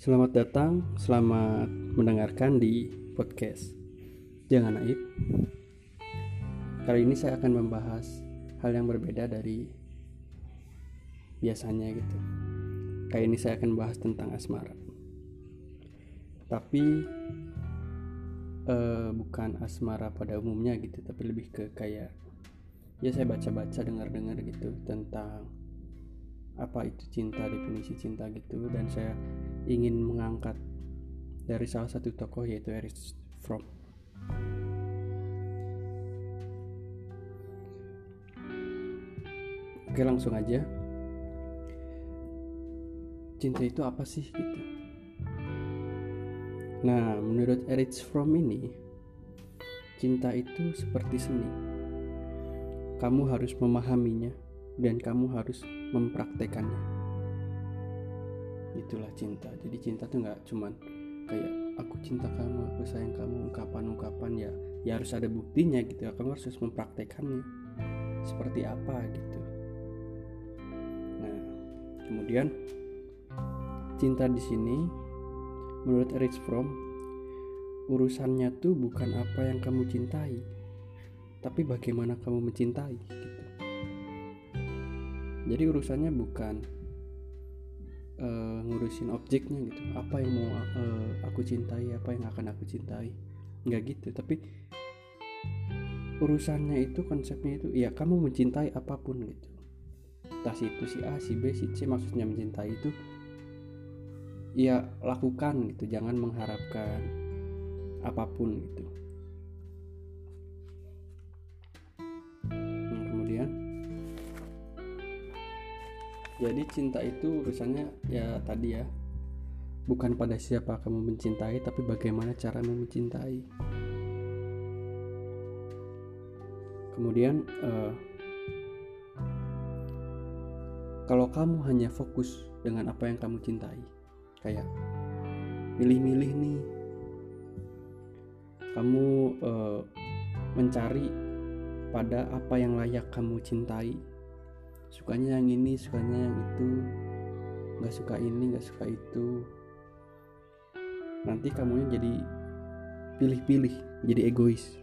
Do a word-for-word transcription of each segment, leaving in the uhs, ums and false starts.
Selamat datang, selamat mendengarkan di podcast Jangan Naif. Kali ini saya akan membahas hal yang berbeda dari biasanya gitu. Kali ini saya akan bahas tentang asmara. Tapi eh, bukan asmara pada umumnya gitu, tapi lebih ke kayak ya saya baca-baca, dengar-dengar gitu tentang apa itu cinta, definisi cinta gitu, dan saya ingin mengangkat dari salah satu tokoh yaitu Erich Fromm. Oke, langsung aja. Cinta itu apa sih gitu? Nah, menurut Erich Fromm ini, cinta itu seperti seni. Kamu harus memahaminya dan kamu harus mempraktekannya. Itulah cinta. Jadi cinta tuh nggak cuman kayak aku cinta kamu, aku sayang kamu, ungkapan-ungkapan ya. Ya harus ada buktinya gitu. Kamu harus mempraktekannya. Seperti apa gitu. Nah, kemudian cinta di sini menurut Erich Fromm, urusannya tuh bukan apa yang kamu cintai, tapi bagaimana kamu mencintai gitu. Jadi urusannya bukan uh, ngurusin objeknya gitu, apa yang mau uh, aku cintai, apa yang akan aku cintai, nggak gitu. Tapi urusannya itu, konsepnya itu ya kamu mencintai apapun gitu. Entah itu si A, si B, si C, maksudnya mencintai itu ya lakukan gitu, jangan mengharapkan apapun gitu. Nah, kemudian jadi cinta itu urusannya ya tadi ya, bukan pada siapa kamu mencintai, tapi bagaimana caramu mencintai. Kemudian uh, kalau kamu hanya fokus dengan apa yang kamu cintai, kayak milih-milih nih, kamu uh, mencari pada apa yang layak kamu cintai, sukanya yang ini, sukanya yang itu, gak suka ini, gak suka itu, nanti kamunya jadi pilih-pilih, jadi egois.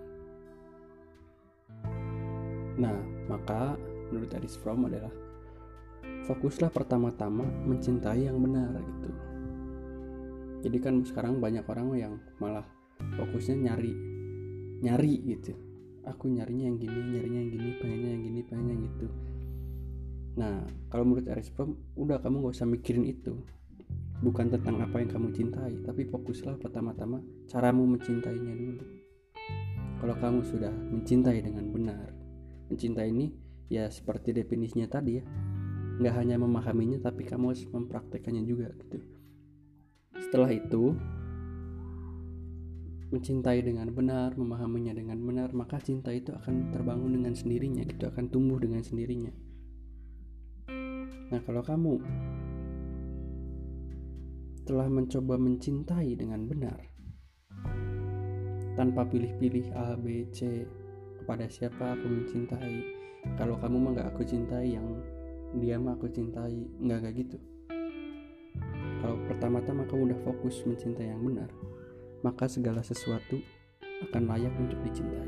Nah, maka menurut Erich Fromm adalah fokuslah pertama-tama mencintai yang benar gitu. Jadi kan sekarang banyak orang yang malah fokusnya nyari nyari gitu. Aku nyarinya yang gini, nyarinya yang gini, pengennya yang gini, pengennya yang gitu. Nah, kalau menurut Erich Fromm, udah kamu gak usah mikirin itu. Bukan tentang apa yang kamu cintai, tapi fokuslah pertama-tama caramu mencintainya dulu. Kalau kamu sudah mencintai dengan benar, mencintai ini ya seperti definisinya tadi ya, gak hanya memahaminya, tapi kamu harus mempraktekannya juga gitu. Setelah itu, mencintai dengan benar, memahaminya dengan benar, maka cinta itu akan terbangun dengan sendirinya gitu, akan tumbuh dengan sendirinya. Nah, kalau kamu telah mencoba mencintai dengan benar tanpa pilih-pilih A, B, C, kepada siapa aku mencintai, kalau kamu mah gak aku cintai, yang dia mah aku cintai, enggak kayak gitu. Kalau pertama-tama kamu udah fokus mencintai yang benar, maka segala sesuatu akan layak untuk dicintai.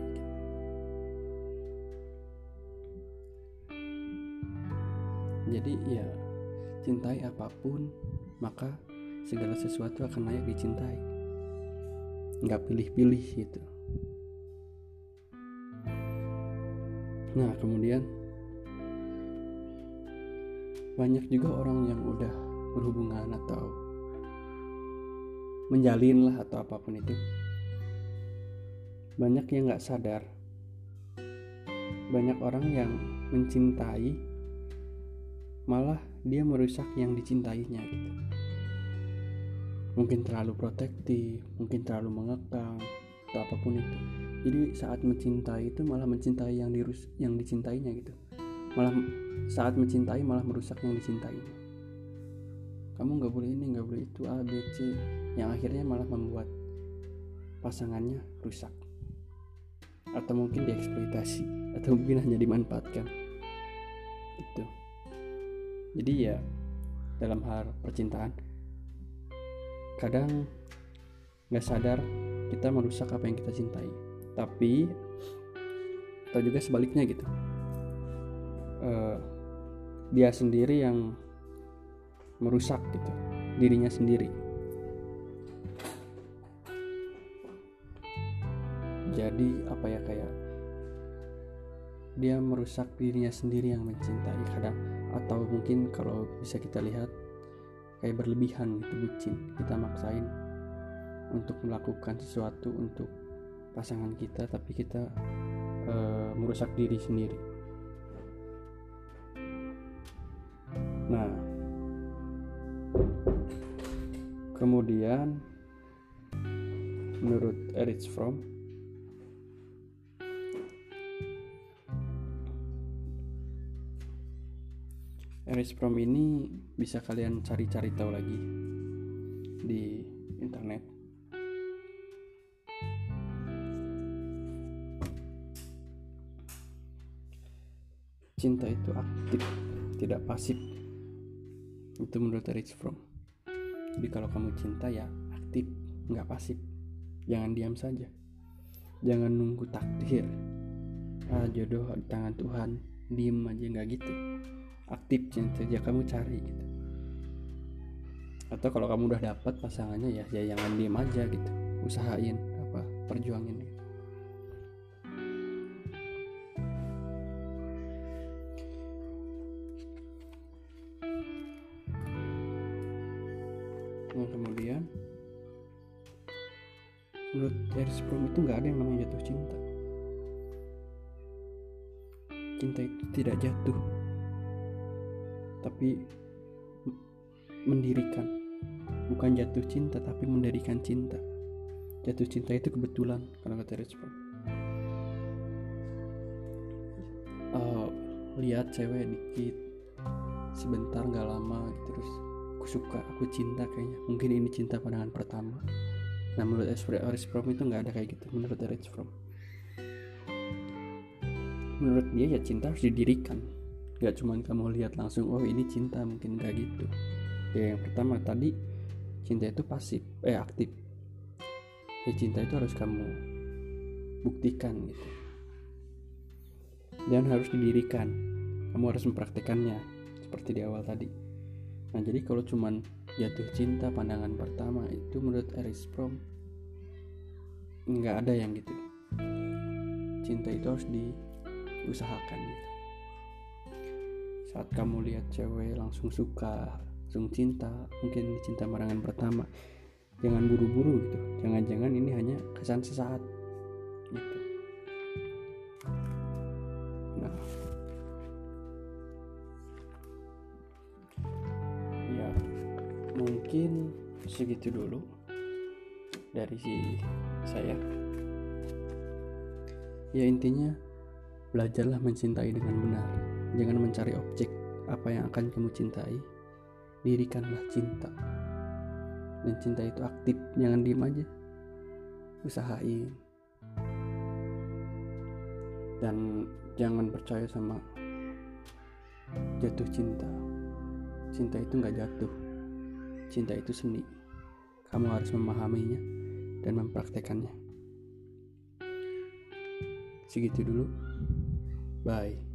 Jadi ya, cintai apapun, maka segala sesuatu akan layak dicintai. Nggak pilih-pilih gitu. Nah, kemudian banyak juga orang yang udah berhubungan atau menjalin lah atau apapun itu, banyak yang gak sadar, banyak orang yang mencintai malah dia merusak yang dicintainya gitu. Mungkin terlalu protektif, mungkin terlalu mengekang atau apapun itu. Jadi saat mencintai itu malah mencintai yang dirus yang dicintainya gitu. Malah saat mencintai malah merusak yang dicintainya. Kamu gak boleh ini, gak boleh itu, A, B, C, yang akhirnya malah membuat pasangannya rusak, atau mungkin dieksploitasi, atau mungkin hanya dimanfaatkan gitu. Jadi ya dalam hal percintaan kadang gak sadar kita merusak apa yang kita cintai. Tapi atau juga sebaliknya gitu, uh, dia sendiri yang merusak gitu dirinya sendiri. Jadi apa ya, kayak dia merusak dirinya sendiri yang mencintai kadang. Atau mungkin kalau bisa kita lihat kayak berlebihan gitu, bucin. Kita maksain untuk melakukan sesuatu untuk pasangan kita, tapi kita uh, merusak diri sendiri. Nah, kemudian menurut Erich Fromm, Erich Fromm ini bisa kalian cari-cari tahu lagi di internet. Cinta itu aktif, tidak pasif. Itu menurut Erich Fromm. Jadi kalau kamu cinta ya aktif, nggak pasif. Jangan diam saja. Jangan nunggu takdir. Ah, jodoh di tangan Tuhan, diem aja, nggak gitu. Aktif cinta aja kamu cari gitu. Atau kalau kamu udah dapat pasangannya ya, ya jangan diem aja gitu. Usahain apa, perjuangin. Nah, kemudian menurut Erich Fromm itu nggak ada yang namanya jatuh cinta. Cinta itu tidak jatuh, tapi mendirikan. Bukan jatuh cinta, tapi mendirikan cinta. Jatuh cinta itu kebetulan, kalau kata Erich Fromm. Uh, lihat cewek dikit, sebentar nggak lama gitu, terus aku suka, aku cinta kayaknya. Mungkin ini cinta pandangan pertama. Nah, menurut Erich Fromm itu nggak ada kayak gitu. Menurut Erich Fromm, menurut dia ya cinta harus didirikan. Gak cuma kamu lihat langsung, oh ini cinta, mungkin gak gitu. Ya yang pertama tadi, cinta itu pasif, eh aktif. Ya cinta itu harus kamu buktikan gitu. Dan harus didirikan. Kamu harus mempraktekannya seperti di awal tadi. Nah, jadi kalau cuman jatuh cinta pandangan pertama, itu menurut Erich Fromm nggak ada yang gitu. Cinta itu harus diusahakan gitu. Saat kamu lihat cewek langsung suka, langsung cinta, mungkin cinta pandangan pertama, jangan buru-buru gitu. Jangan-jangan ini hanya kesan sesaat gitu. Nah, ya mungkin segitu dulu dari si saya. Ya intinya, belajarlah mencintai dengan benar. Jangan mencari objek apa yang akan kamu cintai. Dirikanlah cinta. Dan cinta itu aktif, jangan diem aja. Usahain. Dan jangan percaya sama jatuh cinta. Cinta itu gak jatuh. Cinta itu seni. Kamu harus memahaminya dan mempraktekannya. Segitu dulu. Bye.